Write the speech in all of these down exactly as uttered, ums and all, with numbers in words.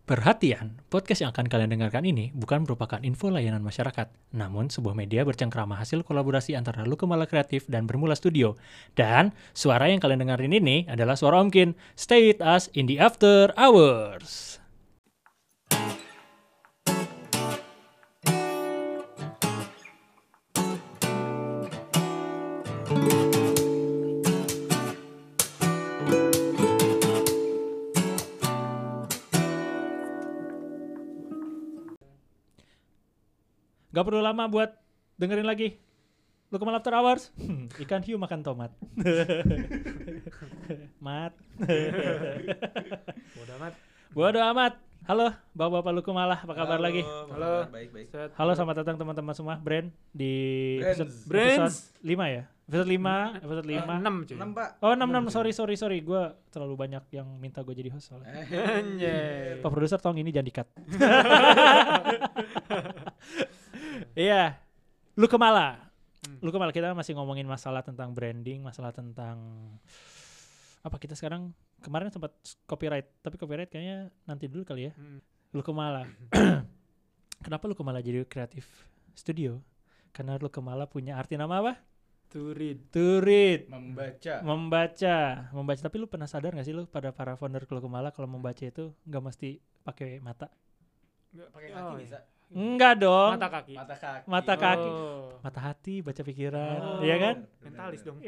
Perhatian, podcast yang akan kalian dengarkan ini bukan merupakan info layanan masyarakat, namun sebuah media bercengkrama hasil kolaborasi antara Lukemala Kreatif dan Bermula Studio. Dan suara yang kalian dengerin ini adalah suara Om Kin. Stay with us in the after hours. Gak perlu lama buat dengerin lagi Lukemala After Hours. Ikan hiu makan tomat. Mat. Bodoh amat. Bodoh amat. Halo Bapak-bapak Lukemala, apa kabar Halo, lagi? Halo. Baik, baik. Halo, selamat datang teman-teman semua. Brand di Brands. episode, Brands. episode lima ya? Episode lima, episode lima. enam cuy. enam, Pak. Oh, enam, enam. Sorry, sorry, sorry. Gue terlalu banyak yang minta gue jadi host soalnya. Anjay. Pak produser tolong ini jangan di-cut. Iya. Lukemala. Hmm. Lukemala, kita masih ngomongin masalah tentang branding, masalah tentang apa kita sekarang kemarin sempat copyright, tapi copyright kayaknya nanti dulu kali ya. Hmm. Lukemala. Kenapa Lukemala jadi kreatif studio? Karena Lukemala punya arti nama apa? To read. To read. Membaca. Membaca, membaca. Tapi lu pernah sadar gak sih lu pada para founder Lukemala kalau membaca itu nggak mesti pakai mata? Enggak Pakai kaki oh, bisa. Enggak dong. Mata kaki. Mata kaki. Mata kaki. Oh. Mata hati, baca pikiran, Oh. iya kan? Mentalis dong.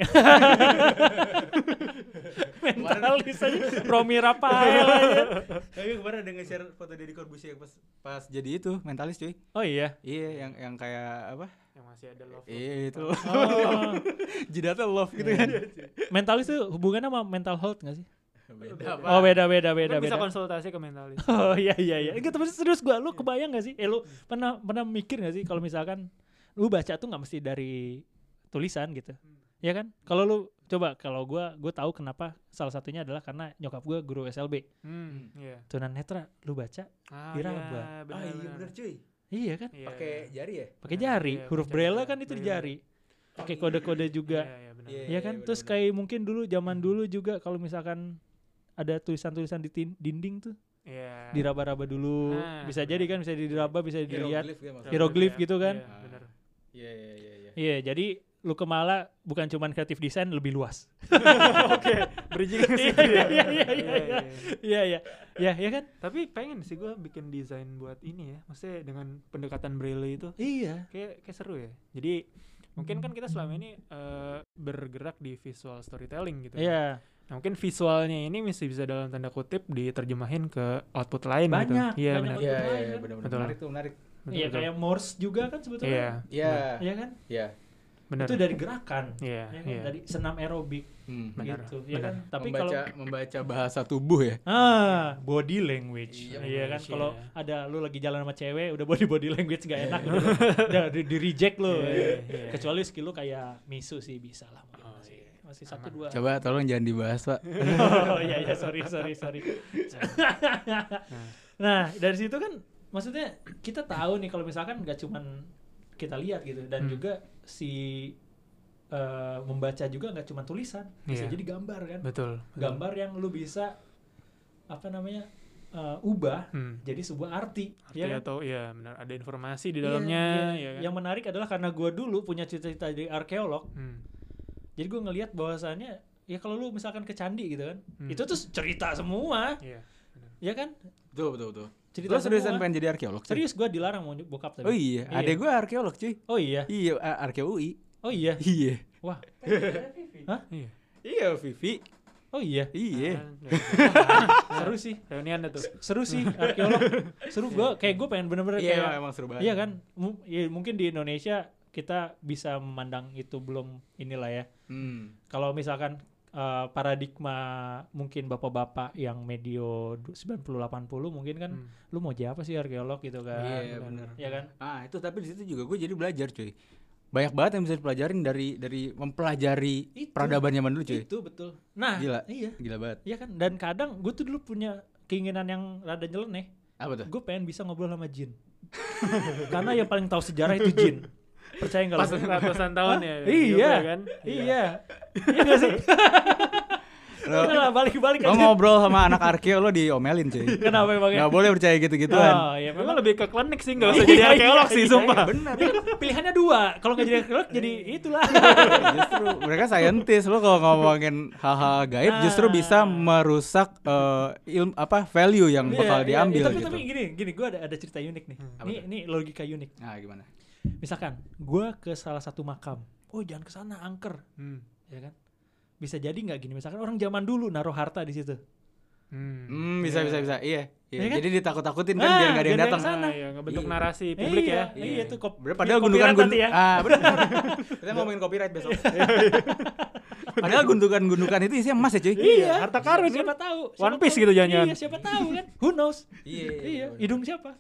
Mentalis aja. Romi Rafael aja. Tapi kemarin ada nge-share foto Deddy Corbuzier pas pas jadi itu mentalis cuy. Oh iya. Iya, yang yang kayak apa? Yang masih ada love. Iya itu. Oh. Jidatnya love gitu kan. Mentalis itu hubungannya sama mental health nggak sih? Beda, Pak. Oh beda beda beda Kan bisa beda. konsultasi ke mentalis. Oh iya iya iya. Enggak, tapi serius gua, lu kebayang gak sih? Eh lu pernah pernah mikir gak sih kalau misalkan lu baca tuh nggak mesti dari tulisan gitu. Ya kan? Kalau lu coba, kalau gua gua tahu kenapa, salah satunya adalah karena nyokap gua guru S L B. Hmm, iya. Tunanetra, lu baca? Ah, Diraba. iya, Ah benar, iya benar. benar cuy. Iya kan? Iya, Pakai iya. jari ya? Pakai Benar, jari, iya, huruf pakai braille jari. kan itu di Benar, jari. Pakai kode-kode juga. Iya, iya, benar. Iya. Ya kan? Terus benar-benar. kayak mungkin dulu zaman dulu juga kalau misalkan ada tulisan-tulisan di tin- dinding tuh Iya. diraba-raba dulu. Nah, Bisa benar. jadi kan, bisa diraba, bisa dilihat. Hieroglif ya maksudnya. Hieroglif Iya, gitu kan? Iya, benar. Iya iya iya iya. Iya, jadi Lukemala bukan cuman kreatif desain, lebih luas. Oke, bridging ke situ Iya, ya. iya, iya, iya, iya. Iya, iya. Iya, iya kan? Tapi pengen sih gue bikin desain buat ini ya. Maksudnya dengan pendekatan braille itu Iya. kayak kayak seru ya. Jadi mungkin kan kita selama ini eh, bergerak di visual storytelling gitu. Iya. Nah, mungkin visualnya ini mesti bisa dalam tanda kutip diterjemahin ke output lain Banyak, gitu. Iya banyak benar. output Iya lain iya kan? benar-benar. Betul. Menarik tuh, menarik. Betul, Iya, betul. kayak Morse juga kan Iya. sebetulnya. Iya. Iya kan? Iya. Benar. Itu dari gerakan. Iya, Ya kan? iya. Dari senam aerobik Hmm. Benar, gitu. Ya benar. kan? Tapi kalau membaca membaca bahasa tubuh ya. ah, body language. Iya, Iya kan? language, Kalau iya. ada lu lagi jalan sama cewek udah body body language gak enak gitu. Udah di, di reject lu. Iya, iya. Kecuali skill lu kayak Misu sih bisa lah mungkin Oh, masih. iya. Masih satu Aman. dua. Coba tolong jangan dibahas, Pak. Oh iya iya sorry sorry sorry. Nah, dari situ kan maksudnya kita tahu nih kalau misalkan nggak cuman kita lihat gitu dan Hmm. juga si eh, membaca juga nggak cuma tulisan, bisa Iya. jadi gambar kan. Betul. betul. Gambar yang lu bisa apa namanya eh, ubah Hmm. jadi sebuah arti, Arti ya kan? atau iya benar ada informasi di Iya, dalamnya iya. ya kan. Yang menarik adalah karena gua dulu punya cita-cita jadi arkeolog, Hmm. jadi gua ngelihat bahwasannya ya kalau lu misalkan ke candi gitu kan, Hmm. itu tuh cerita semua, Iya. ya kan? Betul betul betul. Cerita Terus seriusan semua. pengen jadi arkeolog? cuy? Serius gua dilarang mau bokap tadi. Oh iya, Iya. adek gue arkeolog cuy. Oh iya. Iya, a- Arkeo U I. Oh iya. Iya. Wah. Iya. Iya, Vivi. Oh iya. Iya. Seru sih. Reunian dah tuh. Seru sih arkeolog. Seru gua kayak gua pengen bener-bener Iya, kayak emang seru banget. iya kan? M- ya, mungkin di Indonesia kita bisa memandang itu belum inilah ya. Hmm. Kalau misalkan eh, paradigma mungkin bapak-bapak yang medio du- sembilan puluh delapan puluh mungkin kan Hmm. lu mau jadi apa sih arkeolog gitu kan. Iya, bener. Iya kan? Ah, itu tapi di situ juga gue jadi belajar cuy. Banyak banget yang bisa dipelajarin dari dari mempelajari Itu. peradaban zaman dulu cuy. Itu betul. Nah, Gila. iya. Gila banget. Iya kan? Dan kadang gue tuh dulu punya keinginan yang rada nyeleneh. Apa tuh? Gue pengen bisa ngobrol sama jin. Karena yang paling tahu sejarah itu jin. Percaya nggak? Pas lu? ratusan tahun ya. Iya. juga kan. Iya. Iya nggak sih? Udah lah, balik-balik Lo aja. ngobrol sama anak arkeo lo diomelin cuy. Kenapa emangnya? Gak boleh percaya gitu-gituan. Oh, ya Memang memang lebih ke klinik sih, nggak usah Iya, jadi iya, arkeolog iya, sih, iya, sumpah. Bener. pilihannya dua. Kalau nggak jadi arkeolog jadi itulah. Justru mereka scientist. Lo kalau ngomongin hal-hal gaib Ah. justru bisa merusak eh, ilmu apa value yang bakal Iya, iya, diambil tapi, gitu. Tapi gini, gini, gue ada ada cerita unik nih. Apa Ini tuh? ini logika unik. Nah, gimana? Misalkan gue ke salah satu makam. Oh, jangan ke sana, angker. Hmm. Ya kan? Bisa jadi nggak gini? Misalkan orang zaman dulu naruh harta di situ. Hmm. Hmm, bisa Iya. bisa bisa. Iya. Iya. Iya kan? Jadi ditakut-takutin kan Ah, biar gak ada yang biar datang. nggak sana. Nah, ya, ngebentuk Iya. narasi publik iya, ya. Iya, Iya. itu kop. Ber- Padahal copyright gundukan-gundukan nanti ya. Ah, benar. Kita ngomongin copyright besok. Padahal gundukan-gundukan itu isinya emas ya, cuy. Iya, harta karun siapa tahu. siapa One Piece tahu. gitu jangan-jangan. Iya, siapa tahu kan. Who knows? Iya. Iya, hidung siapa?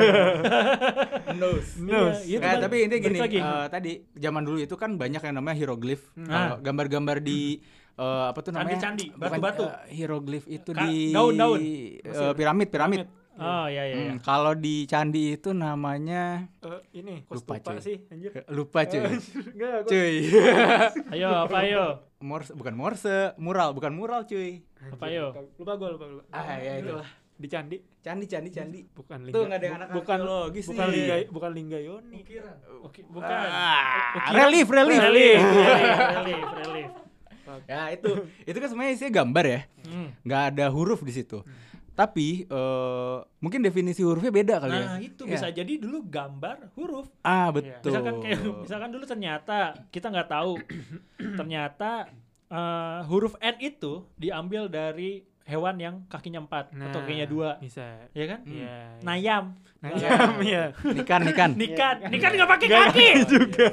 Nose. Nose. Iya, itu Nah, balik- tapi intinya balik gini, lagi. eh, tadi zaman dulu itu kan banyak yang namanya hieroglif. Hmm. Kalau gambar-gambar di eh, apa tuh namanya? Candi-candi, Bukan, batu-batu. eh, hieroglif itu Ka- di daun-daun. eh, piramid, piramid. Oh, iya iya. iya. Hmm, kalau di candi itu namanya Eh, ini Lupa, Kostupa cuy. sih anjir. lupa cuy. Enggak, gua Cuy. Ayo, apa ayo? Morse bukan Morse, mural, bukan mural cuy. Apa ayo? lupa gua lupa lupa. Ah, ya itulah. Di candi Candi, candi, candi. bukan Tuh lingga. nggak ada yang anak bukan arkeologis bukan nih. lingga bukan lingga Yoni. Oke, bukan. Ah, Ukiran. relief, relief. Relief, relief, relief, relief. Ya itu, itu kan sebenarnya isinya gambar ya, Hmm. nggak ada huruf di situ. Tapi eh, mungkin definisi hurufnya beda kali ya. Nah, itu Ya. bisa jadi dulu gambar huruf. Ah betul. Misalkan kayak misalkan dulu ternyata kita nggak tahu ternyata eh, huruf N itu diambil dari hewan yang kakinya empat atau kakinya dua, bisa. ya kan? Hmm. Iya. Nayam. Nah, iya, iya. Nikan, nikan. Nikan, nikan nggak pakai kaki juga.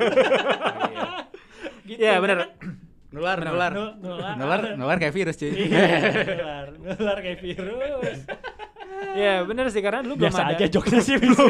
Gitu, Iya, benar. kan? Nular, Benar. nular. Nu- Nular, Nular, nular kayak virus cuy. Iya, nular, nular kayak virus. Iya, benar sih karena dulu belum Biasa ada. aja joknya sih belum.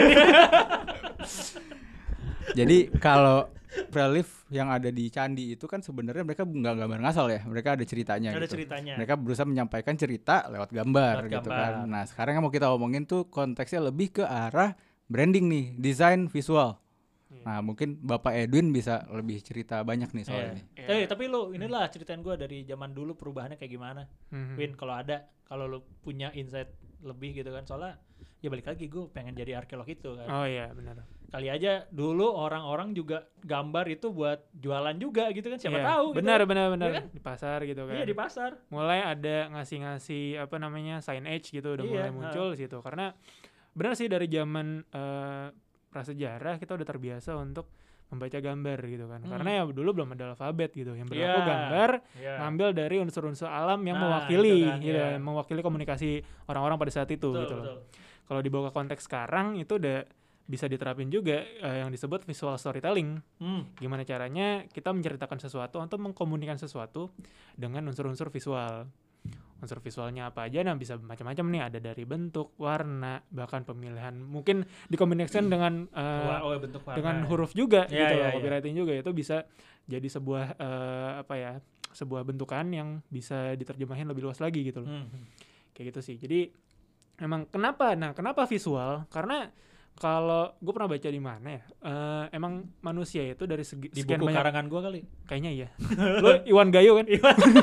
Jadi kalau relief yang ada di candi itu kan sebenarnya mereka nggak gambar ngasal ya, mereka ada ceritanya. Ada gitu. ceritanya. Mereka berusaha menyampaikan cerita lewat gambar Lewat gitu gambar. kan. Nah sekarang yang mau kita omongin tuh konteksnya lebih ke arah branding nih, desain visual. Iya. Nah mungkin Bapak Edwin bisa lebih cerita banyak nih soal Iya. ini. Iya. Eh, tapi lu inilah ceritain gue dari zaman dulu perubahannya kayak gimana. Mhm. Win, kalau ada, kalau lu punya insight lebih gitu kan, soalnya ya balik lagi gue pengen jadi arkeolog itu kan. Oh iya, benar. Kali aja dulu orang-orang juga gambar itu buat jualan juga gitu kan, siapa Iya, tahu. benar gitu. benar benar Iya kan? di pasar gitu kan. Iya di pasar. Mulai ada ngasih-ngasih apa namanya signage gitu udah Iya, mulai muncul di situ karena benar sih dari zaman eh, prasejarah kita udah terbiasa untuk membaca gambar gitu kan. Hmm. Karena ya dulu belum ada alfabet gitu. Yang berlaku Iya. gambar Iya. ngambil dari unsur-unsur alam yang Nah, mewakili itu kan, gitu, iya. yang mewakili komunikasi orang-orang pada saat itu Betul, gitu loh. betul. Kalau dibawa ke konteks sekarang itu udah bisa diterapin juga eh, yang disebut visual storytelling. Hmm. Gimana caranya kita menceritakan sesuatu atau mengkomunikasikan sesuatu dengan unsur-unsur visual. Unsur visualnya apa aja, nah bisa macam-macam nih, ada dari bentuk, warna, bahkan pemilihan mungkin dikombinasikan dengan eh, Wah, oh, bentuk warna. dengan huruf juga Iya, gitu iya, loh, iya. copywriting juga itu bisa jadi sebuah eh, apa ya, sebuah bentukan yang bisa diterjemahin lebih luas lagi gitu loh. Hmm. Kayak gitu sih. Jadi emang kenapa? Nah, kenapa visual? Karena kalau gue pernah baca di mana ya, eh, emang manusia itu dari segi Di sekian buku banyak, karangan gue kali. kayaknya iya. Lo Iwan Gayo kan?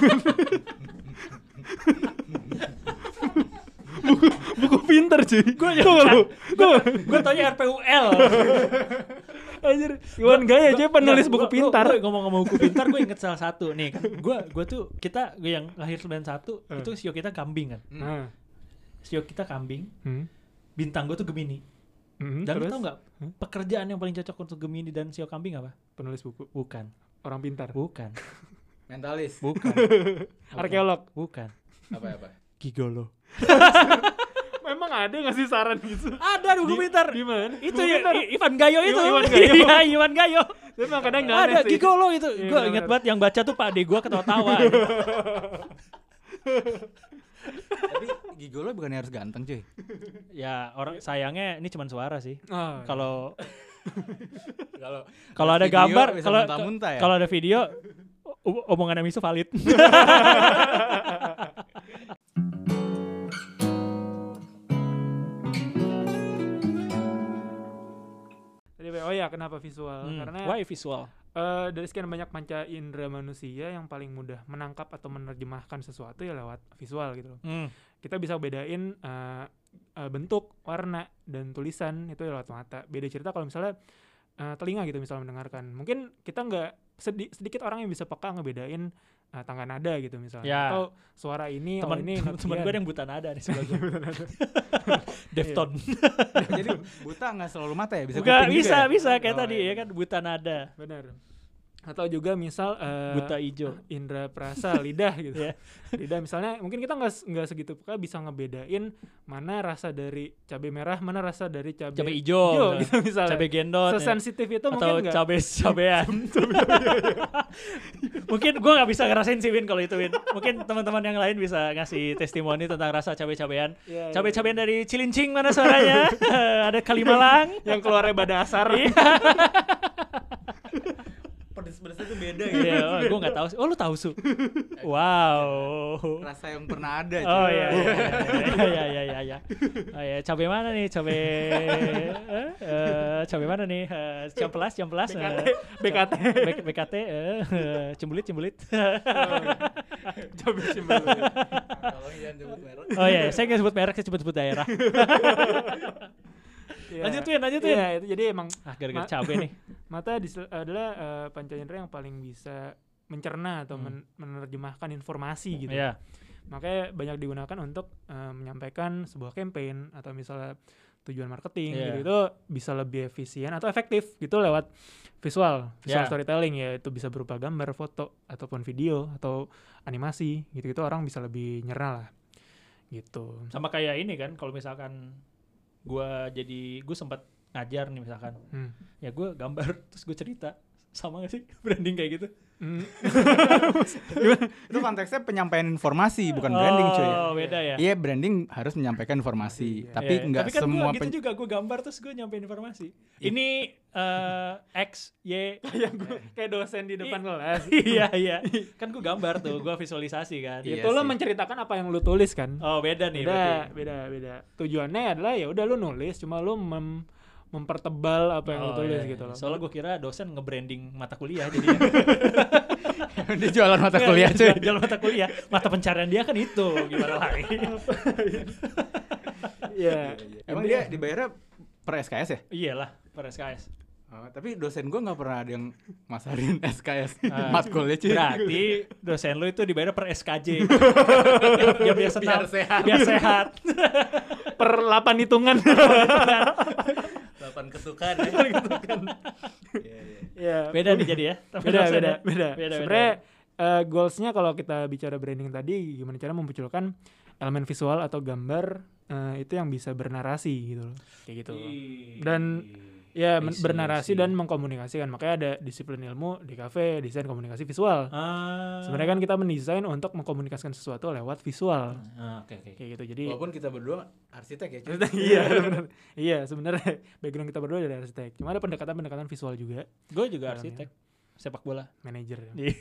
buku, buku pinter cuy. Gue gue Gue taunya R P U L. anjir Iwan Gayo aja penulis Nggak, buku gua- pintar. gua- gua ngomong-ngomong buku pintar, gue inget salah satu nih kan. Gue gue tuh kita gua yang lahir sembilan satu Hmm. itu sio kita kambing kan. Nah, Sio kita kambing, hmm. bintang gue tuh Gemini. Hmm, Dan lu terus tau nggak Hmm? pekerjaan yang paling cocok untuk Gemini dan sio kambing apa? penulis buku Bukan, orang pintar, bukan, Mentalis. bukan, arkeolog. bukan. Apa apa? Gigolo. Memang ada nggak sih saran gitu? Ada buku Di- pintar. Di mana? Itu Buku ya, pintar. I- Ivan Gayo itu. Iwan Gayo. Iya, Iwan Gayo. Tapi emang kadang nggak Ada aneh sih. Gigolo itu. Iya, Gue benar, inget benar. banget yang baca tuh Pak De gue ketawa-tawa. Tapi gigolo bukan harus ganteng cuy. Ya orang sayangnya ini cuma suara sih. Oh, Kalau Kalau kalau ada video gambar, bisa kalau muntah-muntah ya? kalau ada video, o- omongan Emisu valid. Jadi, oh ya Iya, kenapa visual? Hmm, Karena why visual? Uh, dari sekian banyak panca indera manusia yang paling mudah menangkap atau menerjemahkan sesuatu ya lewat visual gitu loh. Hmm. Kita bisa bedain uh, uh, bentuk, warna, dan tulisan itu lewat mata. Beda cerita kalau misalnya uh, telinga gitu misalnya mendengarkan. Mungkin kita nggak sedi- sedikit orang yang bisa peka ngebedain uh, tangga nada gitu misalnya. Ya. Atau suara ini, Teman oh ini teman gue yang buta nada nih sebelah gue. Defton. Jadi buta nggak selalu mata ya, bisa Bukan, kuping bisa juga ya? bisa kayak Oh, tadi iya. ya kan buta nada, Benar. Atau juga misal uh, buta ijo. indera perasa lidah gitu. Iya. Lidah misalnya mungkin kita nggak nggak segitu peka bisa ngebedain mana rasa dari cabai merah, mana rasa dari cabai, Cabai ijo, hijau misalnya. gitu misalnya. Cabai gendot. ya. Sesensitif itu Atau mungkin nggak. cabai cabean. Mungkin gue nggak bisa ngerasain sih Win kalau itu Win. Mungkin teman-teman yang lain bisa ngasih testimoni tentang rasa cabai-cabean. Iya, iya. Cabai-cabean dari Cilincing mana suaranya? Ada Kalimalang. Yang keluarnya badasar. Iya. Pedes-pedesnya tuh beda gitu. Iya, oh, gue nggak tahu sih. Oh lu tahu Su? Wow. Rasa yang pernah ada. Oh cuy. iya iya iya iya iya iya. Oh iya, cabai mana nih? Cabai eh, eh cabai mana nih? Eh, Campelas, campelas. B K T, eh, B K T. B- BKT eh eh, cembulit, cembulit. Cabai cembulit. Tolong jangan sebut merek. Oh iya, saya nggak sebut merek, saya sebut sebut daerah. Iya. Lanjutin, lanjutin. Iya, itu jadi emang Ah, gara-gara Ma- cabai nih. mata dis- adalah uh, panca indera yang paling bisa mencerna atau Hmm. men- menerjemahkan informasi gitu. Iya. Makanya banyak digunakan untuk uh, menyampaikan sebuah campaign atau misalnya tujuan marketing Iya. gitu itu bisa lebih efisien atau efektif gitu lewat visual, visual Iya. storytelling ya itu bisa berupa gambar, foto ataupun video atau animasi gitu-gitu orang bisa lebih nyerah lah gitu. Sama kayak ini kan, kalau misalkan gua jadi gue sempat ngajar nih misalkan. Hmm. Ya gue gambar terus gue cerita. Sama gak sih branding kayak gitu? Hmm. Itu konteksnya penyampaian informasi bukan branding cuy. Oh, beda ya. Iya, branding harus menyampaikan informasi, Iya. tapi Iya, nggak tapi kan semua gua gitu pen- juga gue gambar terus gue nyampein informasi. Iya. Ini eh, X, Y. Kayak gue kayak dosen di depan kelas. Iya iya. Kan gue gambar tuh, gue visualisasi kan. Iya Itu lo sih. menceritakan apa yang lo tulis kan. Oh beda nih beda, berarti. beda, beda. Tujuannya adalah ya udah lo nulis, cuma lo mem- mempertebal apa yang lo Oh, tulis iya, gitu iya. loh. Soalnya gue kira dosen nge-branding mata kuliah jadinya. dia jualan mata kuliah cuy. Jual mata kuliah. Mata pencarian dia kan itu. Gimana lagi? Iya. Emang dia dibayarnya per S K S ya? Iyalah, per S K S. Oh, tapi dosen gue nggak pernah ada yang masarin S K S Ah, matkulnya cuy. Berarti dosen lu itu dibayar per S K J. biar, biar, biar, senam, Biar sehat. biar sehat. Per delapan hitungan. Delapan ketukan ya. Iya, iya. Iya. Beda nih jadi ya. Tapi Beda, dosen beda, ya. beda. Beda, Sebenarnya eh, goalsnya kalau kita bicara branding tadi, gimana cara memunculkan elemen visual atau gambar eh, itu yang bisa bernarasi gitu loh. Kayak gitu. Dan ya men- I see, bernarasi I see. dan mengkomunikasikan. Makanya ada disiplin ilmu di kafe, desain komunikasi visual. Ah. Sebenarnya kan kita mendesain untuk mengkomunikasikan sesuatu lewat visual. Ah, oke oke. Kayak gitu. Jadi Walaupun kita berdua arsitek ya cuy. iya benar. Iya, sebenarnya background kita berdua dari arsitek. Cuma ada pendekatan-pendekatan visual juga, Gue juga Dalamnya. arsitek sepak bola. manajer.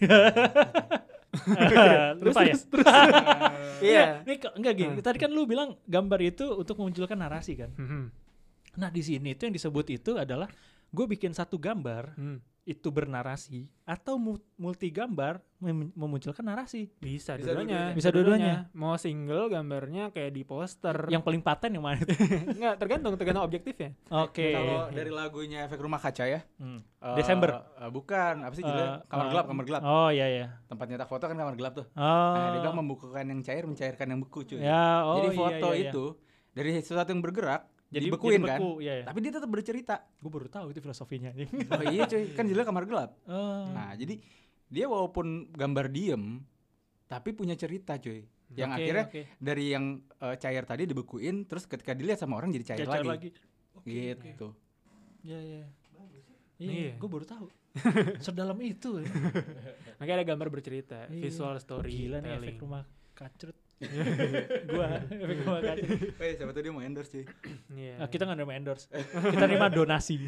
Lupa ya? Iya. Nih kok- enggak gini. Tadi kan lu bilang gambar itu untuk memunculkan narasi kan. Mhm. Nah, di sini itu yang disebut itu adalah gue bikin satu gambar Hmm. itu bernarasi atau mu- multi gambar mem- memunculkan narasi. Bisa, Bisa dua-duanya. Bisa dua-duanya. Mau single gambarnya kayak di poster. Yang paling paten yang mana itu? Enggak, tergantung tergantung objektifnya. Oke. Kalau dari lagunya Efek Rumah Kaca ya. Hmm. eh, Desember. eh, bukan, apa sih judulnya? Eh, Kamar eh, gelap, kamar gelap. Oh iya iya. Tempat nyetak foto kan kamar gelap tuh. Oh. Nah, dia bilang membukukan yang cair, mencairkan yang beku cuy. Ya, oh Jadi iya, foto iya, iya. itu dari sesuatu yang bergerak Jadi dibekuin jadi kan. beku, iya, iya. Tapi dia tetap bercerita. Gue baru tahu itu filosofinya. Oh iya cuy, kan judulnya kamar gelap. Oh. Nah, jadi dia walaupun gambar diem tapi punya cerita cuy. Yang Oke, akhirnya oke. dari yang eh, cair tadi dibekuin terus ketika dilihat sama orang jadi cair, Cair lagi. lagi. Oke, Gitu. Iya iya. Iya. Iya, gue baru tahu. Sedalam itu. Ya. Makanya ada gambar bercerita, Iya. visual story. Gila nih efek rumah kacrut. Gua efek rumah kacrut. Eh, siapa tuh dia mau endorse cuy. Iya. Nah, kita nggak nerima endorse. Kita nerima donasi.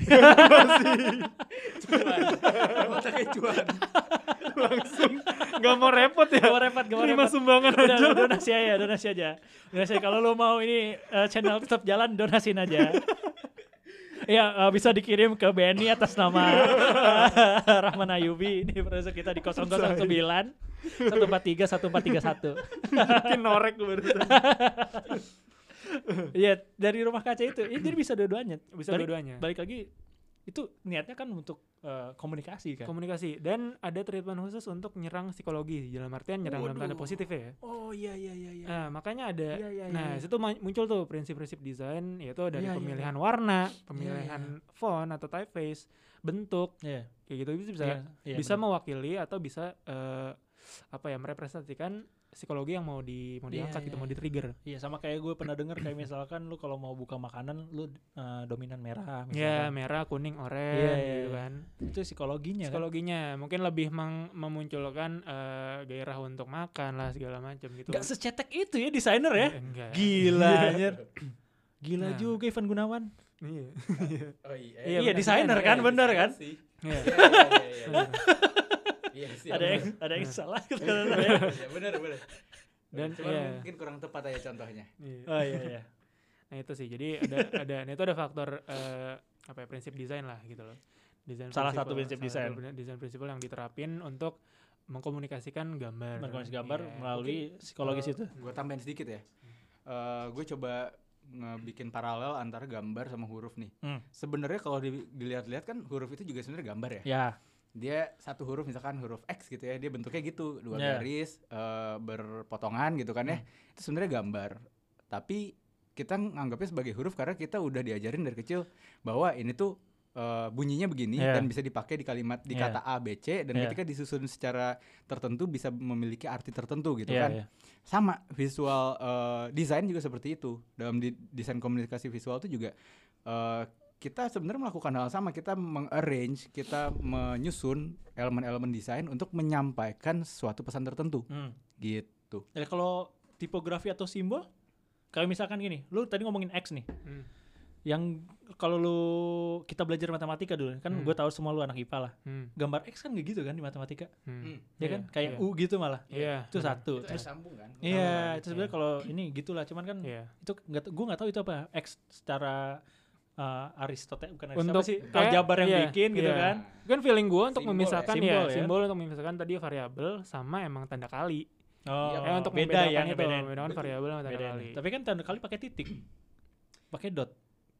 Otaknya cuan. langsung nggak mau repot ya. Gak mau repot, gak mau Terima repot. sumbangan Udah, aja. donasi aja, donasi aja. Donasi kalau lu mau ini eh, channel tetap jalan, donasin aja. Ya uh, bisa dikirim ke Benny atas nama Rahman Ayubi. Ini produser kita di nol nol sembilan satu empat tiga satu empat tiga satu. Mungkin norek barusan. Iya, dari Rumah Kaca itu. Ya, jadi bisa dua-duanya. Bisa Balik- dua-duanya. Balik lagi itu niatnya kan untuk uh, komunikasi kan. Komunikasi, dan ada treatment khusus untuk nyerang psikologi, dalam artian nyerang dalam tanda Waduh. positif ya. Oh iya iya iya iya. Nah, makanya ada Iya, iya, iya, nah iya. situ ma- muncul tuh prinsip-prinsip desain, yaitu dari Iya, iya, pemilihan iya. warna, pemilihan font atau typeface, bentuk, Iya. kayak gitu itu bisa Iya, iya, bisa benar. mewakili atau bisa eh, apa ya merepresentasikan psikologi yang mau di mau Iya, diangkat iya, gitu, mau iya. di-trigger. Iya, sama kayak gue pernah dengar kayak misalkan lu kalau mau buka makanan lu uh, dominan merah Ya, misalkan. merah, kuning, oranye Iya, iya, gitu iya. kan. Itu psikologinya kan. Psikologinya mungkin lebih meng- memunculkan eh, gairah untuk makan lah segala macam gitu. Gak secetek itu ya desainer ya. Eh, enggak. Gila anjir. Gila Nah. juga Ivan Gunawan. Iya. Oh iya, Iya, Iya, benar. desainer kan, bener kan? Sih. Iya. Iya, iya, iya, iya. Benar. Iya sih. Ada yang ada yang salah gitu kan. ya. Iya, benar, benar. Dan Cuma iya. mungkin kurang tepat aja contohnya. Iya. Oh iya iya. Nah itu sih, jadi ada ada nah itu ada faktor eh, apa ya, prinsip desain lah gitu loh. Desain Salah prinsipal- satu prinsip salah desain. satu desain prinsipal yang diterapin untuk mengkomunikasikan gambar. Berkomunikasi gambar Iya. melalui psikologis itu. Gue tambahin sedikit ya. Gue coba ngebikin paralel antara gambar sama huruf nih. Hmm. Sebenarnya kalau di- dilihat-lihat kan huruf itu juga sebenarnya gambar ya. Ya. Dia satu huruf misalkan huruf X gitu ya, dia bentuknya gitu, dua Ya. garis eh, berpotongan gitu kan ya. Itu sebenarnya gambar. Tapi kita nganggapnya sebagai huruf karena kita udah diajarin dari kecil bahwa ini tuh eh, bunyinya begini Ya. dan bisa dipakai di kalimat di Ya. kata A, B, C dan Ya. ketika disusun secara tertentu bisa memiliki arti tertentu gitu Iya, kan. iya. Sama visual eh, desain juga seperti itu. Dalam di- desain komunikasi visual itu juga eh, kita sebenarnya melakukan hal sama, kita mengarrange, kita menyusun elemen-elemen desain untuk menyampaikan suatu pesan tertentu Hmm. gitu. Jadi kalau tipografi atau simbol kayak misalkan gini, lu tadi ngomongin X nih. Hmm. Yang kalau lu kita belajar matematika dulu kan Hmm. gue tahu semua lu anak I P A lah. Hmm. Gambar X kan gak gitu kan di matematika. Hmm. Ya Iya, kan? Kayak iya. U gitu malah. Iya. Itu satu. Itu Terus sambung kan? iya, itu Iya. sebenarnya kalau ini gitulah cuman kan Iya. itu nggak gue nggak tahu itu apa X secara uh, Aristoteles bukan Untuk Aristoteles sih kayak- aljabar yang iya, bikin gitu iya. kan. Kan feeling gue untuk Simbol ya, memisahkan ya, simbol ya. simbol untuk memisahkan tadi variabel sama emang tanda kali. Oh, Iya, Eh, untuk beda membedakan ya itu, ngebedain. membedakan Betul. variabel sama tanda Bedain. kali. Tapi kan tanda kali pakai titik. Pakai dot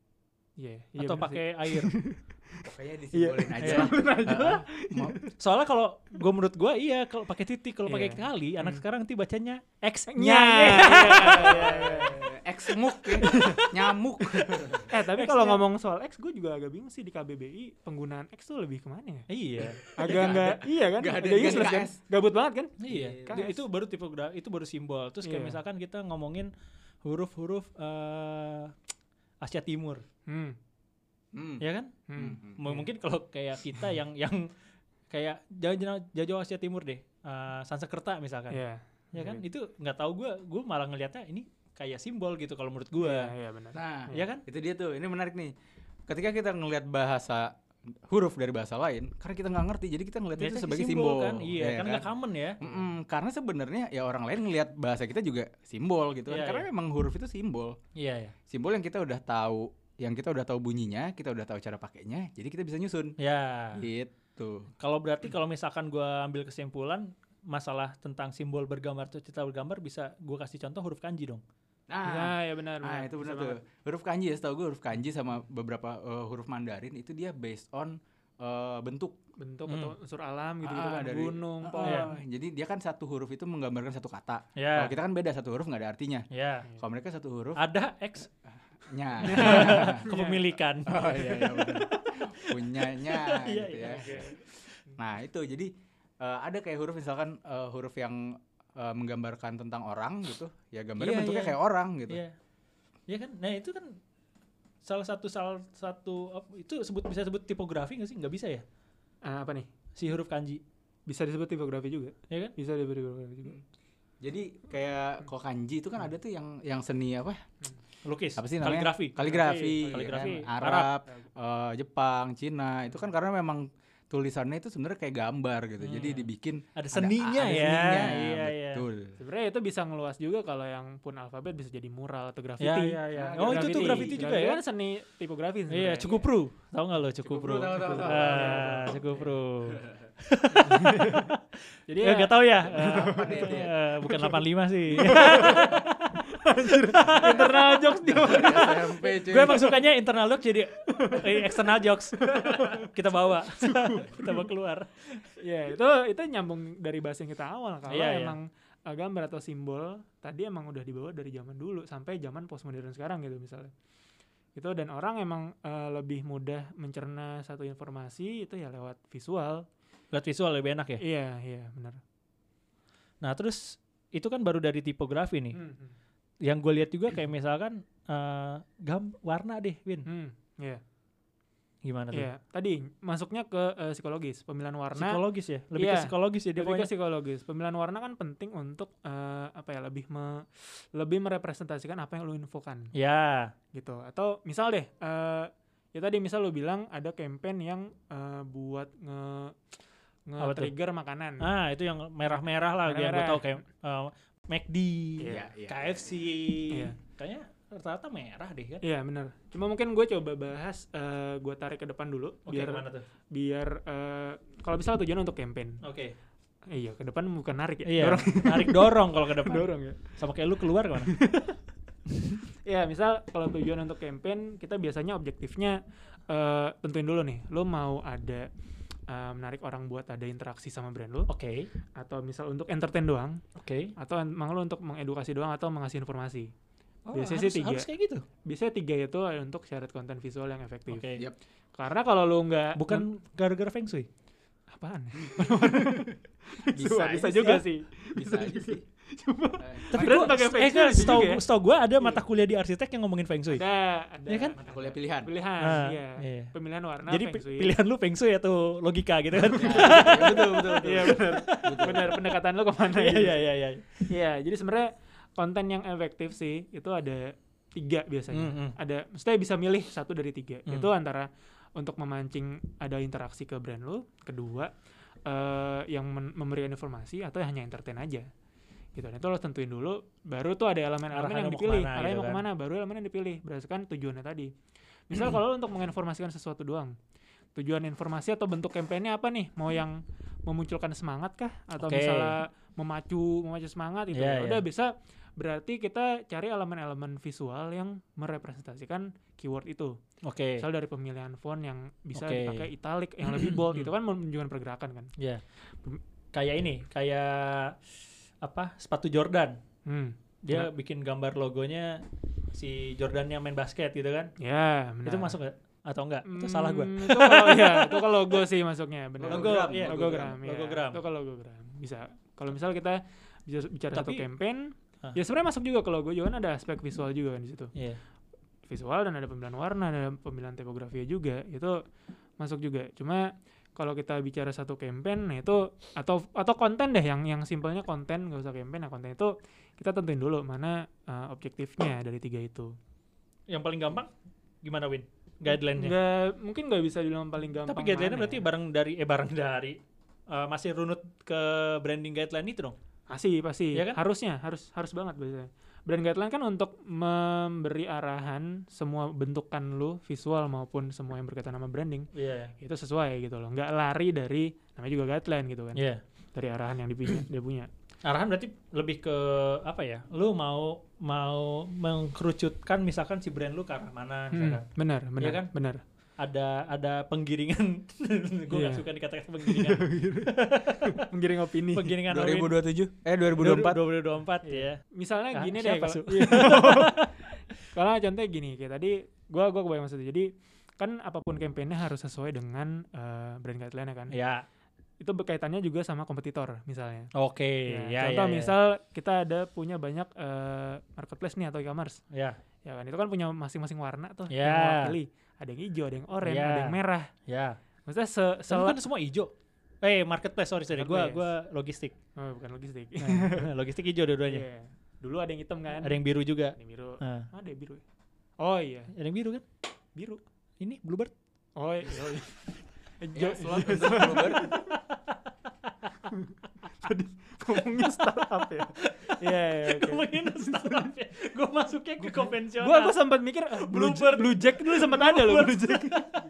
Iya, iya atau bener sih. pakai air. Pokoknya disimbolin aja. Iya. Heeh. Mau- Soalnya kalau gue menurut gue iya kalau pakai titik, kalau pakai Iya. kali anak Hmm. sekarang nanti bacanya X-nya. Nya, iya, iya, iya. X muk ya. Nyamuk. Eh tapi X kalau ya. ngomong soal X, gue juga agak bingung sih di K B B I penggunaan X tuh lebih kemana ya? Iya. Agak Nggak enggak, iya kan? nggak ada Agak yang useless kan? K S. Gabut banget kan? Iya. Iya. Itu- Itu baru tipografi, itu baru simbol. Terus kayak Iya. misalkan kita ngomongin huruf-huruf eh, Asia Timur, Hmm. Hmm. ya kan? Hmm. Hmm. M- Mungkin kalau kayak kita yang yang kayak jauh-jauh jauh Asia Timur deh, eh, Sanskerta misalkan, Iya. ya kan? Itu nggak tahu gue, gue malah ngelihatnya ini kayak simbol gitu kalau menurut gue, Iya, iya benar. Nah, ya kan? itu dia tuh. Ini menarik nih. Ketika kita ngelihat bahasa huruf dari bahasa lain, karena kita nggak ngerti, jadi kita ngelihat itu Biasanya sebagai simbol simbol, kan, iya ya kan nggak common ya. Mm-mm, karena sebenarnya ya orang lain ngelihat bahasa kita juga simbol gitu kan. Iya, Karena iya. memang huruf itu simbol. Iya, iya. Simbol yang kita udah tahu, yang kita udah tahu bunyinya, kita udah tahu cara pakainya, jadi kita bisa nyusun. Ya. Gitu. Kalau berarti kalau misalkan gue ambil kesimpulan masalah tentang simbol bergambar atau cerita bergambar bisa gue kasih contoh huruf kanji dong. Nah, Nah, ya benar. nah itu benar Bisa tuh. banget. Huruf kanji ya, setahu gue huruf kanji sama beberapa uh, huruf Mandarin itu dia based on uh, bentuk. Bentuk Hmm. atau unsur alam gitu, gitu Ah, kan. dari- Gunung, Ah, pohon. Iya. Jadi dia kan satu huruf itu menggambarkan satu kata. Ya. Kalau kita kan beda, satu huruf nggak ada artinya. Ya. Kalau mereka satu huruf Ada X nya. kepemilikan. Oh iya iya benar. Punyanya Iya, gitu iya. ya. Nah, itu jadi eh, ada kayak huruf misalkan eh, huruf yang eh, menggambarkan tentang orang gitu. Ya gambarnya Iya, bentuknya iya. kayak orang gitu. Iya. Iya kan? Nah, itu kan salah satu salah satu ap- itu sebut bisa sebut tipografi nggak sih? Nggak bisa ya? Ah, apa nih? Si huruf kanji, Bisa disebut tipografi juga. ya kan? Bisa disebut tipografi juga. Jadi kayak kalau kanji itu kan ada tuh yang yang seni apa? Lukis. Apa sih namanya? Kaligrafi. Kaligrafi, Kaligrafi. ya kan? Arab. Arab, eh, Jepang, Cina. Itu kan karena memang tulisannya itu sebenarnya kayak gambar gitu. Hmm. Jadi dibikin Ada seninya ada ya. seninya, Iya, iya. betul. Sebenarnya itu bisa ngeluas juga kalau yang pun alfabet bisa jadi mural atau Ya, graffiti. ya, ya. Nah, Oh, itu tuh graffiti juga Graffiti ya? kan seni tipografi Iya, sebenarnya. cukup pro. Tahu nggak lo cukup Cukup pro? Pro, tahu, tahu, tahu. Ah, cukup pro. Jadi Ya ya, nggak tahu ya. Apa nih itu ya? Eh, bukan delapan puluh lima sih. internal jokes dia. S M P cuy. Gue emang sukanya internal jokes jadi eh, external jokes. Kita bawa. Kita bawa keluar. Ya, itu itu nyambung dari bahasa yang kita awal kalau Iya, iya. emang uh, gambar atau simbol tadi emang udah dibawa dari zaman dulu sampai zaman postmodern sekarang gitu misalnya. Itu dan orang emang uh, lebih mudah mencerna satu informasi itu ya lewat visual. Lihat visual lebih enak ya. Iya, iya, benar. Nah terus itu kan baru dari tipografi nih. Hmm, hmm. Yang gue lihat juga kayak misalkan eh, gam warna deh, Win. Hmm, iya. Gimana tuh? Iya, tadi masuknya ke uh, psikologis, pemilihan warna. Psikologis ya, lebih Iya, ke psikologis ya dia Lebih ke pokoknya. psikologis. Pemilihan warna kan penting untuk uh, apa ya, lebih me, lebih merepresentasikan apa yang lu infokan Ya, gitu. Atau misal deh uh, ya tadi misal lu bilang ada campaign yang uh, buat nge Apa tuh? nge-trigger makanan. ah itu yang merah-merah lah, yang gue Merah-merah. tahu kayak eh, McD, Iya, iya. K F C, Iya. kayaknya rata-rata merah deh kan. Iya, benar. Cuma mungkin gue coba bahas uh, gue tarik ke depan dulu Oke, biar gimana tuh? biar uh, kalau misalnya tujuan untuk campaign. Oke. Eh, iya, ke depan bukan narik ya. Iya, Dorong. narik dorong kalau ke depan. Dorong ya. Sama kayak lu keluar kemana? Ya, misal kalau tujuan untuk campaign, kita biasanya objektifnya eh, tentuin dulu nih, lo mau ada eh, menarik orang buat ada interaksi sama brand lo, Oke, atau misal untuk entertain doang, oke. atau emang lo untuk mengedukasi doang atau mengasih informasi. Oh, Biasanya harus, sih tiga. harus kayak gitu. Biasanya tiga itu untuk syarat konten visual yang efektif. Oke. Yap. Karena kalau lo nggak Bukan gara-gara feng shui. apaan? Bisa bisa aja juga sih. sih. Bisa aja sih. Tapi Brand gua, pakai feng eh shui kan lucu setahu juga ya. setahu gua ada mata kuliah di arsitek yang ngomongin feng shui. Ada, ada. Iya kan? Mata kuliah pilihan. Pilihan, Ah, iya. iya. Pemilihan warna, Jadi feng pi- shui. pilihan lu feng shui atau logika gitu kan? Ya, betul, betul, betul. Iya benar. Benar, pendekatan lo kemana Iya gitu. iya iya iya. Iya, jadi sebenarnya konten yang efektif sih itu ada tiga biasanya. Hmm, hmm. Ada, mesti bisa milih satu dari tiga. Hmm. Itu antara untuk memancing ada interaksi ke brand lo, kedua eh, yang men- memberikan informasi atau hanya entertain aja. Gitu. Nah, itu lo tentuin dulu, baru tuh ada elemen-elemen Arahnya yang mau dipilih. kemana Arahnya gitu mau kan. kemana, baru elemen yang dipilih berdasarkan tujuannya tadi. Misal kalau lo untuk menginformasikan sesuatu doang, tujuan informasi atau bentuk kampanye apa nih? Mau yang memunculkan semangat kah? Atau Oke. misalnya memacu memacu semangat gitu. Iya, Ya udah iya. bisa, berarti kita cari elemen-elemen visual yang merepresentasikan keyword itu. Oke. Misal dari pemilihan font yang bisa Oke. dipakai italic yang lebih bold itu kan menunjukkan pergerakan kan. Ya. Kayak ini, kayak apa? Sepatu Jordan. Hmm. Dia bikin gambar logonya si Jordan yang main basket gitu kan. Ya, benar. Itu masuk gak? Atau enggak? Itu salah gua. Hmm, Itu kalau ya, itu kalau logo sih masuknya, benar. Logo, Logogram, iya. Logogram, ya. Logogram. Itu kalau logogram. Bisa. Kalau misal kita bisa bicara satu Tapi- campaign, Ah. ya sebenarnya masuk juga ke logo juga kan ada aspek visual juga kan di situ. Iya. Visual dan ada pemilihan warna, ada pemilihan tipografi juga. Itu masuk juga. Cuma kalau kita bicara satu campaign, nah itu atau atau konten deh yang yang simpelnya konten, nggak usah campaign. Nah, konten itu kita tentuin dulu mana uh, objektifnya dari tiga itu. Yang paling gampang gimana, Win? Guideline-nya. Nggak, mungkin nggak bisa dibilang paling gampang. Tapi guideline-nya mana berarti ya. bareng dari eh bareng dari eh, masih runut ke branding guideline itu dong. Pasti, pasti. Iya kan? Harusnya, harus harus banget biasanya. Brand guideline kan untuk memberi arahan semua bentukan lu, visual maupun semua yang berkaitan sama branding, Iya. itu sesuai gitu loh. Nggak lari dari, namanya juga guideline gitu kan. Iya. Dari arahan yang dipunya, dia punya. Arahan berarti lebih ke apa ya? Lu mau mau mengkerucutkan misalkan si brand lu ke arah mana Hmm, misalkan. benar, benar, Iya kan? benar. Ada ada penggiringan. Gue nggak Iya. suka dikatakan penggiringan. Menggiring opini. Penggiringan dua ribu dua puluh tujuh eh dua ribu dua puluh empat dua ribu dua puluh empat ya. Misalnya Ah, gini deh siapa, kalau Su? iya. Kalau contohnya gini, kayak tadi gua gua kebayang maksudnya. Jadi kan apapun kampanye harus sesuai dengan eh, brand guideline kan. Ya. Itu berkaitannya juga sama kompetitor misalnya. Oke, ya, contoh ya, ya. misal kita ada punya banyak eh, marketplace nih atau e-commerce, Ya, ya kan itu kan punya masing-masing warna tuh Ya. yang mewakili. Ada yang hijau, ada yang oranye, Ya. ada yang merah. ya. Maksudnya se Tapi sel- kan semua hijau. Eh, marketplace, sorry, sorry. Gua Marketplace. gua logistik. oh, bukan logistik. Nah, logistik hijau dua-duanya. Iya. Dulu ada yang hitam kan? Ada yang biru juga. Ada yang biru. Nah, Ada yang biru. Oh iya, ada yang biru kan? biru. Ini Bluebird. Oh iya. Oh, iya. Ya, slot untuk Bluebird. Ngomongin startup ya. Iya, iya, oke. Ngomongin startup ya. Gue masuknya ke konvensional. Gua gua sempat mikir ah, Blue, Bluebird. Blue Jack dulu sempat ada loh Blue Jack.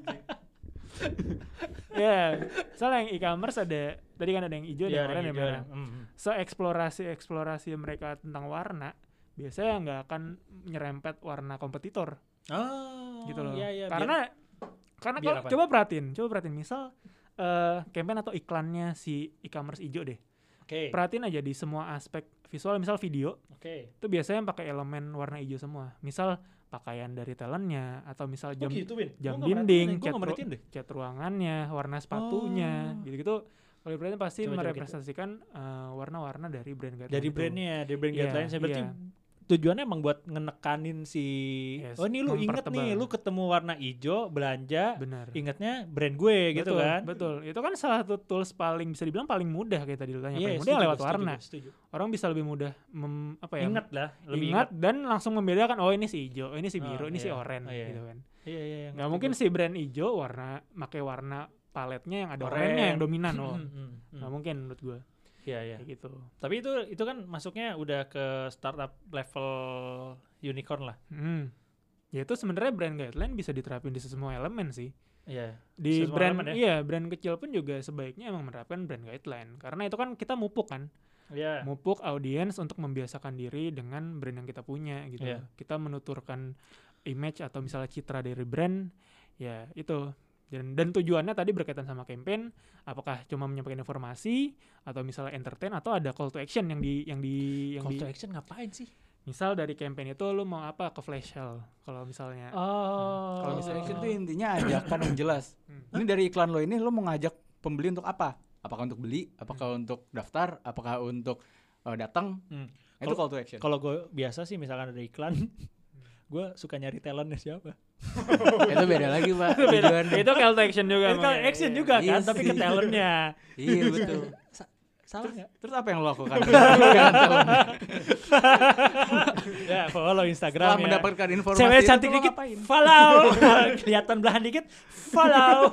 Ya, soalnya yang e-commerce ada tadi kan ada yang hijau, ada Iya, yang oranye, yang ada yang hijau, merah. mm. So eksplorasi-eksplorasi mereka tentang warna biasanya nggak akan nyerempet warna kompetitor Oh, gitu loh. iya, iya, karena karena biar kalau apa? coba perhatiin, coba perhatiin misal eh campaign atau iklannya si e-commerce hijau deh. Oke. Perhatiin aja di semua aspek visual, misal video Oke. itu biasanya yang pakai elemen warna hijau semua. Misal pakaian dari talentnya atau misal Oh jam gitu, Win. jam Gua nggak dinding, merhatiin, gua cat, nggak merhatiin deh. cat ruangannya, warna sepatunya, Oh. gitu-gitu. Kalau diperhatiin pasti Coba-coba merepresentasikan eh, warna-warna dari brand guideline Dari itu. brandnya, dari brand Iya, guideline. Saya berarti iya. tujuannya emang buat ngenekanin si Yes, oh ini lu inget nih, mempertebal. lu ketemu warna hijau belanja, Benar. ingetnya brand gue gitu Betul, kan. Betul. Itu kan salah satu tools paling bisa dibilang paling mudah kayak tadi lu tanya. Iya, paling mudah setuju, lewat setuju, warna. setuju. Orang bisa lebih mudah mem, apa ya? Ingat lah, lebih ingat dan langsung membedakan oh ini si hijau, oh, ini si Oh, biru, ini si iya. oranye Oh, iya. gitu kan. Iya, iya, iya. Nggak mungkin si brand hijau warna pakai warna paletnya yang ada Oranye. oranye yang dominan oh. Hmm, hmm, hmm. Nggak mungkin menurut gua. Iya, iya. Kayak gitu. Tapi itu itu kan masuknya udah ke startup level unicorn lah. Hmm. Ya itu sebenarnya brand guideline bisa diterapin di semua elemen sih. Iya. Di Semua brand elemen ya? iya, brand kecil pun juga sebaiknya emang menerapkan brand guideline karena itu kan kita mupuk kan. Iya. Mupuk audiens untuk membiasakan diri dengan brand yang kita punya gitu. Iya. Kita menuturkan image atau misalnya citra dari brand ya itu. Dan dan tujuannya tadi berkaitan sama campaign, apakah cuma menyampaikan informasi atau misalnya entertain atau ada call to action yang di yang di yang Call di to action ngapain sih? misal dari campaign itu lu mau apa ke flash sale kalau misalnya Oh. Kalau Call to misalnya action itu intinya ajakan yang jelas. Hmm. Ini dari iklan lo ini lo mau ngajak pembeli untuk apa? Apakah untuk beli? Apakah untuk daftar? Apakah untuk uh, datang? Hmm. Nah, itu call to action. Kalau gue biasa sih misalkan ada iklan, gue suka nyari talentnya siapa. Itu beda lagi, Pak. itu beda. Tujuannya. Itu call to action juga Itu kan makanya. action Iya. juga Iya kan, tapi ke sih. talentnya. Iya, betul. Salah nggak? Terus apa yang lo lakukan? Dengan talent? Ya, follow Instagram Setelah ya. mendapatkan informasi Cewek itu, cantik lo dikit, ngapain? follow. Kelihatan belahan dikit, follow.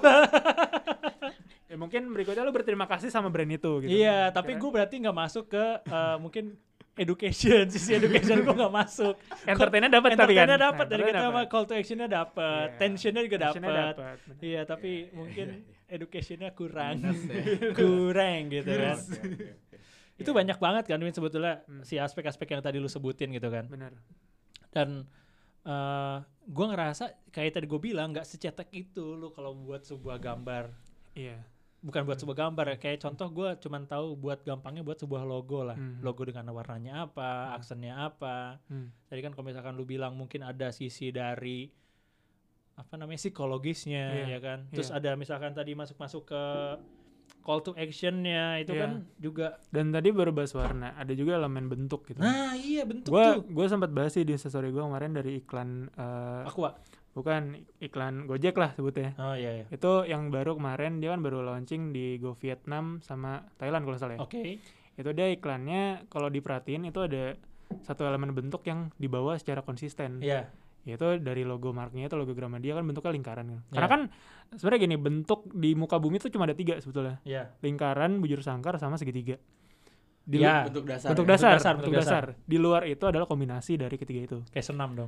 Ya, mungkin berikutnya lu berterima kasih sama brand itu gitu. Iya, tapi Kira- gue berarti nggak masuk ke eh, mungkin education, sisi education gue nggak masuk. entertainnya dapat tapi kan. Entertainnya dapat dari kita Entertainnya sama dapat. call to actionnya dapat, Iya. tensionnya juga Actionnya dapat. dapat, benar. Iya, tapi mungkin educationnya kurang, Minus ya. kurang gitu kan. Oke, oke, oke. Itu banyak banget kan, Win, sebetulnya Hmm. si aspek-aspek yang tadi lu sebutin gitu kan. Benar. Dan uh, gue ngerasa kayak tadi gue bilang nggak secetek itu lu kalau buat sebuah gambar. Iya. Bukan buat sebuah gambar ya, kayak contoh gue cuman tahu buat gampangnya buat sebuah logo lah. Hmm. Logo dengan warnanya apa, Hmm. aksennya apa. Hmm. Tadi kan kalau misalkan lu bilang mungkin ada sisi dari apa namanya psikologisnya Iya, ya kan. Terus iya. ada misalkan tadi masuk-masuk ke call to actionnya itu Iya. kan juga. Dan tadi baru bahas warna, ada juga elemen bentuk gitu. Nah iya bentuk Gua tuh. gua sempat bahas sih di story gua kemarin dari iklan eh, Aqua. bukan iklan Gojek lah sebutnya. Oh iya iya. Itu yang baru kemarin dia kan baru launching di Go Vietnam sama Thailand kalau nggak salah ya. Oke. Itu dia iklannya kalau diperhatiin itu ada satu elemen bentuk yang dibawa secara konsisten. Iya. Yaitu dari logo marknya itu logo Gramedia kan bentuknya lingkaran kan. Iya. Karena kan sebenarnya gini, bentuk di muka bumi itu cuma ada tiga sebetulnya. Iya. Lingkaran, bujur sangkar sama segitiga. Di Ya. Bentuk dasar. bentuk ya. dasar, dasar, bentuk bentuk dasar. Di luar itu adalah kombinasi dari ketiga itu. Kayak senam dong.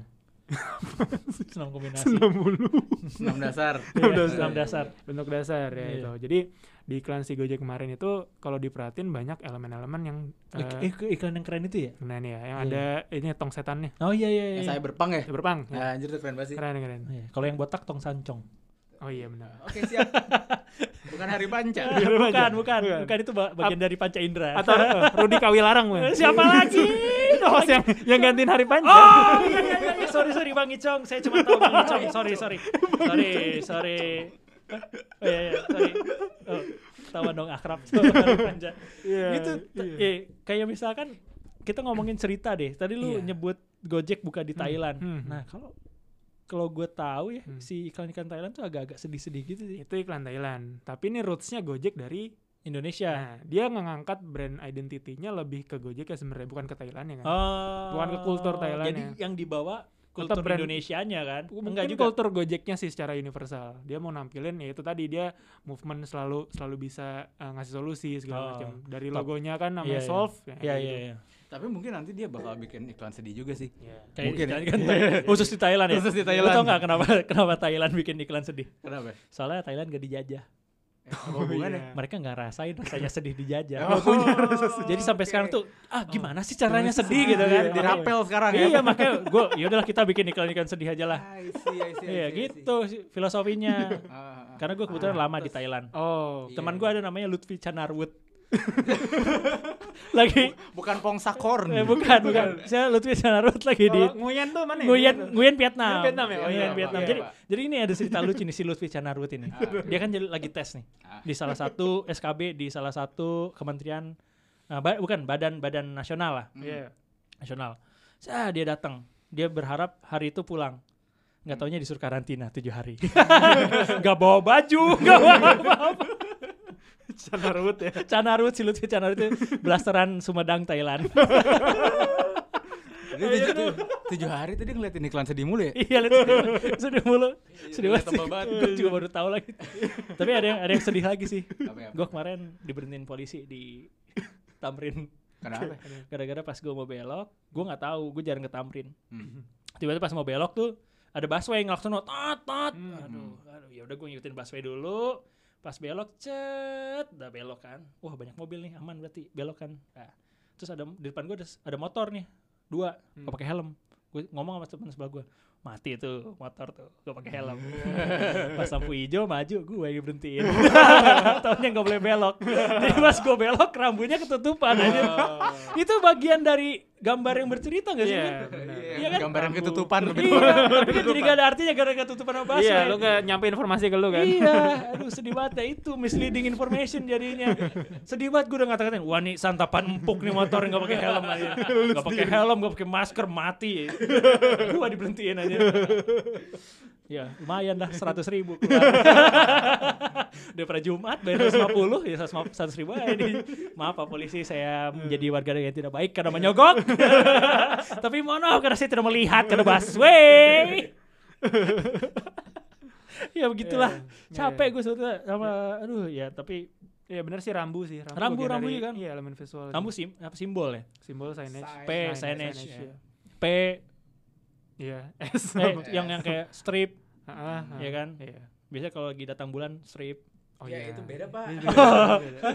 Senam kombinasi. Senam mulu. Enam dasar. Iya, senam dasar. Bentuk dasar ya Iya. itu. Jadi di iklan si Gojek kemarin itu kalau diperhatiin banyak elemen-elemen yang Eh, eh, eh, iklan yang keren itu ya? nah nih ya, yang Iya. ada ini tong setannya. Oh iya iya iya. Yang saya berpang ya? Berpang. Ya, Ya. anjir tuh keren banget sih. Keren keren. Oh, iya. Kalau yang botak tong sancong. Oh iya benar. Oke, siap. Bukan hari panca. bukan, bukan, Bukan. bukan itu ba- bagian dari Panca Indra. Atau eh, Rudi Kawilarang Bang. Siapa lagi? Host yang yang gantiin Hari Panca. Oh iya iya iya, iya. sorry sorry Bang Icong, saya cuma tahu Bang Icong. Sorry sorry, sorry sorry. Oh iya iya sorry. Oh, ketahuan dong akrab sama Hari Panca. Iya. Gitu, t- iya. eh, kayak misalkan kita ngomongin cerita deh. Tadi lu Iya. nyebut Gojek buka di Hmm, Thailand. hmm. Nah kalau kalau gue tahu ya Hmm. si iklan-iklan Thailand tuh agak-agak sedih-sedih gitu sih. Itu iklan Thailand. Tapi ini roots-nya Gojek dari Indonesia. nah, dia ngangkat brand identity-nya lebih ke Gojek ya sebenarnya bukan ke Thailand ya kan. Oh, Bukan ke kultur Thailand Jadi ya. yang dibawa kultur brand- Indonesianya kan. Mungkin Enggak juga. kultur Gojeknya sih secara universal. Dia mau nampilin ya itu tadi dia movement selalu selalu bisa uh, ngasih solusi segala Oh, macam. Dari top. logonya kan namanya Iya, iya. Solve. ya, Iya kayak iya gitu. iya. Tapi mungkin nanti dia bakal bikin iklan sedih juga sih. Iya. Kayak Mungkin ya. kan, khusus di Thailand ya. Khusus di Lu Thailand. tau nggak kenapa kenapa Thailand bikin iklan sedih? Kenapa? Soalnya Thailand gak dijajah. Eh, apa hubungannya? Mereka nggak rasain rasanya sedih dijajah. Oh, Jadi sampai oke. sekarang tuh ah gimana sih caranya Gimana sih sedih gitu kan? Iya, dirapel sekarang ya. Iya makanya gue yaudahlah kita bikin iklan-iklan sedih aja lah. I see, I see, I Iya see, I see. gitu sih filosofinya. Ah, ah, ah. Karena gue kebetulan Ah, lama di terus- Thailand. Oh. Iya. Teman gue ada namanya Lutfi Chanarwood. lagi Bukan Pong Sakorn. eh, bukan bukan. Saya Lutfi Chanarwood lagi di Kalau Nguyen tuh mana? ya? Nguyen Nguyen Vietnam. Nguyen Vietnam ya? Oh, Nguyen iya, Vietnam. Pak. Jadi Iya, Pak. jadi ini ada cerita lucu nih si Lutfi Chanarwood ini. Dia kan jadi lagi tes nih Ah. di salah satu S K B di salah satu kementerian eh, ba- bukan badan badan nasional lah, Iya. nasional. Ah, dia datang. Dia berharap hari itu pulang. Nggak taunya disuruh karantina tujuh hari. Nggak bawa baju, nggak bawa apa-apa. Chanarwood ya. Chanarwood si Lutfi Chanarwood itu blasteran Sumedang Thailand. Jadi tujuh, tujuh, tujuh hari tadi ngeliatin iklan sedih mulu ya? Iya lihat sedih, sedih mulu. Sedih banget. tebal banget. Gue juga baru tahu lagi. Tapi ada yang ada yang sedih lagi sih. Apa ya? Gue kemarin diberhentiin polisi di Tamrin Kenapa? gara-gara pas gue mau belok, gue nggak tahu, gue jarang ke Tamrin. Hmm. Tiba-tiba pas mau belok tuh ada busway ngelakson tat tat. Hmm. Aduh, aduh ya udah gue ngikutin busway dulu. Pas belok cet, udah belok kan. Wah, banyak mobil nih, aman berarti belok kan. Nah, terus ada di depan gue ada, ada motor nih. Dua, Hmm. gak pakai helm. Gue ngomong sama teman sebelah gue, mati tuh motor tuh, gak pakai helm. Pas lampu hijau maju, gue yang berhentiin. Taunya gak boleh belok. Jadi pas gue belok, rambunya ketutupan aja. Itu bagian dari gambar yang bercerita gak sih? Iya, Min? benar. Iya kan? Gambar yang ketutupan. Iya, tapi kan jadi gak ada artinya gara-gara ketutupan sama busway. Iya, lu kayak nyampe informasi ke lu kan. Iya, aduh sedih banget ya itu misleading information jadinya. Sedih banget gue udah ngata-ngatain, wah nih santapan empuk nih motor nggak pakai helm aja, nggak pakai helm, nggak pakai masker mati. Gue diberhentiin aja. Ya lumayan dah seratus ribu keluar. Daripada Jumat bayar seratus lima puluh ya seratus ribu aja nih. Maaf Pak Polisi, saya menjadi warga negara yang tidak baik karena menyogok. Tapi mohon maaf karena saya tidak melihat karena busway. Ya begitulah. Iya, Capek iya. gue sebetulnya sama aduh ya tapi Iya benar sih rambu sih. Rambu, bagian rambu dari- juga kan? Iya elemen visual. kamu sim apa simbol ya? simbol signage. Sign. P Signage, signage, signage, ya. ya. P Iya. S. eh, yang yang kayak strip Ah, ah, ya kan? Iya. Biasanya kalau lagi datang bulan strip. Oh Ya, iya. itu beda, Pak. Itu beda, beda.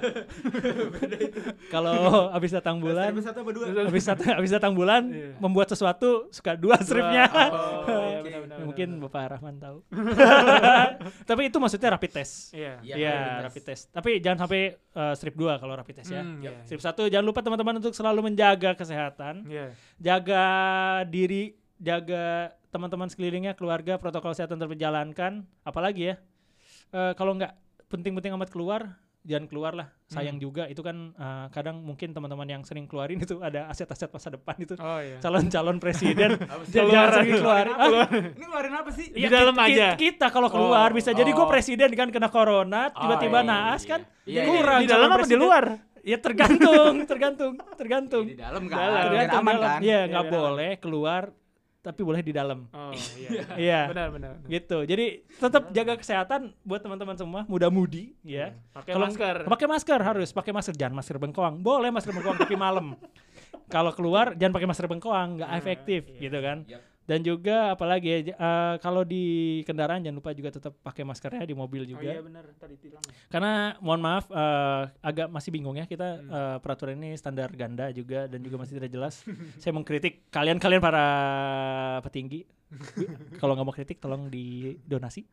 Kalau habis datang bulan Strip satu apa dua? habis datang habis datang bulan Iya. membuat sesuatu suka dua stripnya. Oh, iya, Oke. benar, benar, Mungkin benar. Bapak Rahman tahu. Tapi itu maksudnya rapid test. Iya. Iya, Iya, rapid rapid test. Tapi jangan sampai uh, strip dua kalau rapid test ya. Hmm, iya. Strip satu jangan lupa teman-teman untuk selalu menjaga kesehatan, Iya. jaga diri, jaga teman-teman sekelilingnya, keluarga, protokol kesehatan terjalankan. Apalagi ya, eh, kalau nggak penting-penting amat keluar, jangan keluar lah. Sayang Hmm. juga. Itu kan eh, kadang mungkin teman-teman yang sering keluarin itu ada aset-aset masa depan itu. Oh iya. Calon-calon presiden. Apa sih? jangan Keluaran, sering keluar. Keluarin Ah, apa? Ini ngeluarin apa sih? Di ya, dalam kita, aja. Kita kalau keluar Oh, bisa jadi gue oh. presiden kan kena corona, tiba-tiba Oh, naas iya. kan. Iya, iya. kurang. Di dalam calon apa di presiden. luar? Ya tergantung, tergantung, tergantung. Di dalam Dalam. kan. Biar Tergantung aman dalam. kan? Iya, Iya, nggak biar aman. boleh keluar, tapi boleh di dalam. Oh iya. Iya. Benar benar. Gitu. Jadi tetap jaga kesehatan buat teman-teman semua, muda-mudi ya. Pakai Kalau- masker. Pakai masker harus, pakai masker jangan masker bengkoang. Boleh masker bengkoang tapi malam. Kalau keluar jangan pakai masker bengkoang, nggak Nah, efektif iya. gitu kan. Yap. Dan juga apalagi ya, j- eh, kalau di kendaraan jangan lupa juga tetap pakai maskernya di mobil Oh juga. iya benar tadi tilang. Karena mohon maaf eh, agak masih bingung ya kita Hmm. eh, peraturan ini standar ganda juga dan juga masih tidak jelas. Saya mengkritik kalian-kalian para petinggi. Kalau nggak mau kritik tolong di donasi.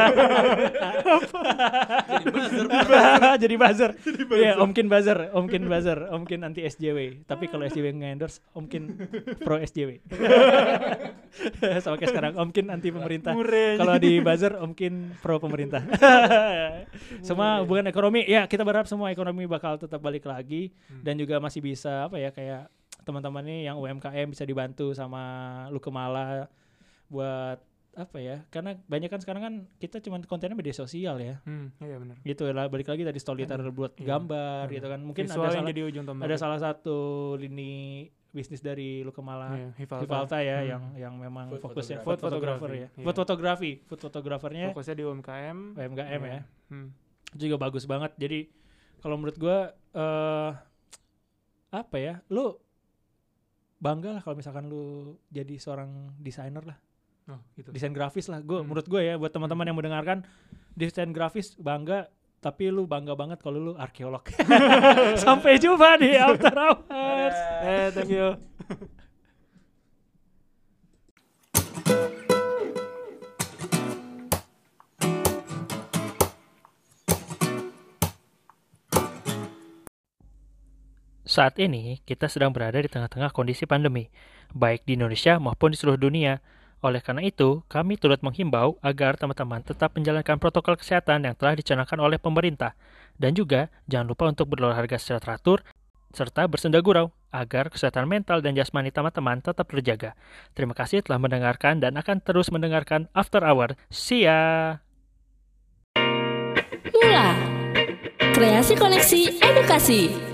Jadi buzzer. Iya, Omkin buzzer, Omkin buzzer, Omkin anti S J W. Tapi kalau S J W nge-endorse, Omkin pro S J W. Sama kayak sekarang, Omkin anti pemerintah. Kalau di buzzer, Omkin pro pemerintah. Semua hubungan ekonomi, ya kita berharap semua ekonomi bakal tetap balik lagi Hmm. dan juga masih bisa apa ya kayak teman-teman nih yang U M K M bisa dibantu sama Lukemala buat apa ya? Karena banyak kan sekarang kan kita cuma kontennya media sosial ya. Hmm, iya benar. Gitu lah, balik lagi tadi storyteller buat Iya, gambar benar. gitu kan. Mungkin Visual ada yang salah jadi ujung tombak. ada salah satu lini bisnis dari Lukemala Iya, Hivalta. Hivalta ya, Hmm. yang yang memang Food fokusnya photography. food photographer ya. Iya. Food photography, food photographernya Fokusnya di U M K M. U M K M Iya. ya. Hmm. Juga bagus banget. Jadi kalau menurut gua eh apa ya? Lu bangga lah kalau misalkan lu jadi seorang desainer lah. Oh, gitu. Desain grafis lah. Gua Hmm. menurut gua ya, buat teman-teman yang mendengarkan, desain grafis bangga, tapi lu bangga banget kalau lu arkeolog. Sampai jumpa di After Hours. Eh, thank you. Saat ini, kita sedang berada di tengah-tengah kondisi pandemi, baik di Indonesia maupun di seluruh dunia. Oleh karena itu, kami turut menghimbau agar teman-teman tetap menjalankan protokol kesehatan yang telah dicanangkan oleh pemerintah. Dan juga, jangan lupa untuk berolahraga secara teratur, serta bersenda gurau, agar kesehatan mental dan jasmani teman-teman tetap terjaga. Terima kasih telah mendengarkan dan akan terus mendengarkan After Hour. See ya! Mula, kreasi koneksi edukasi.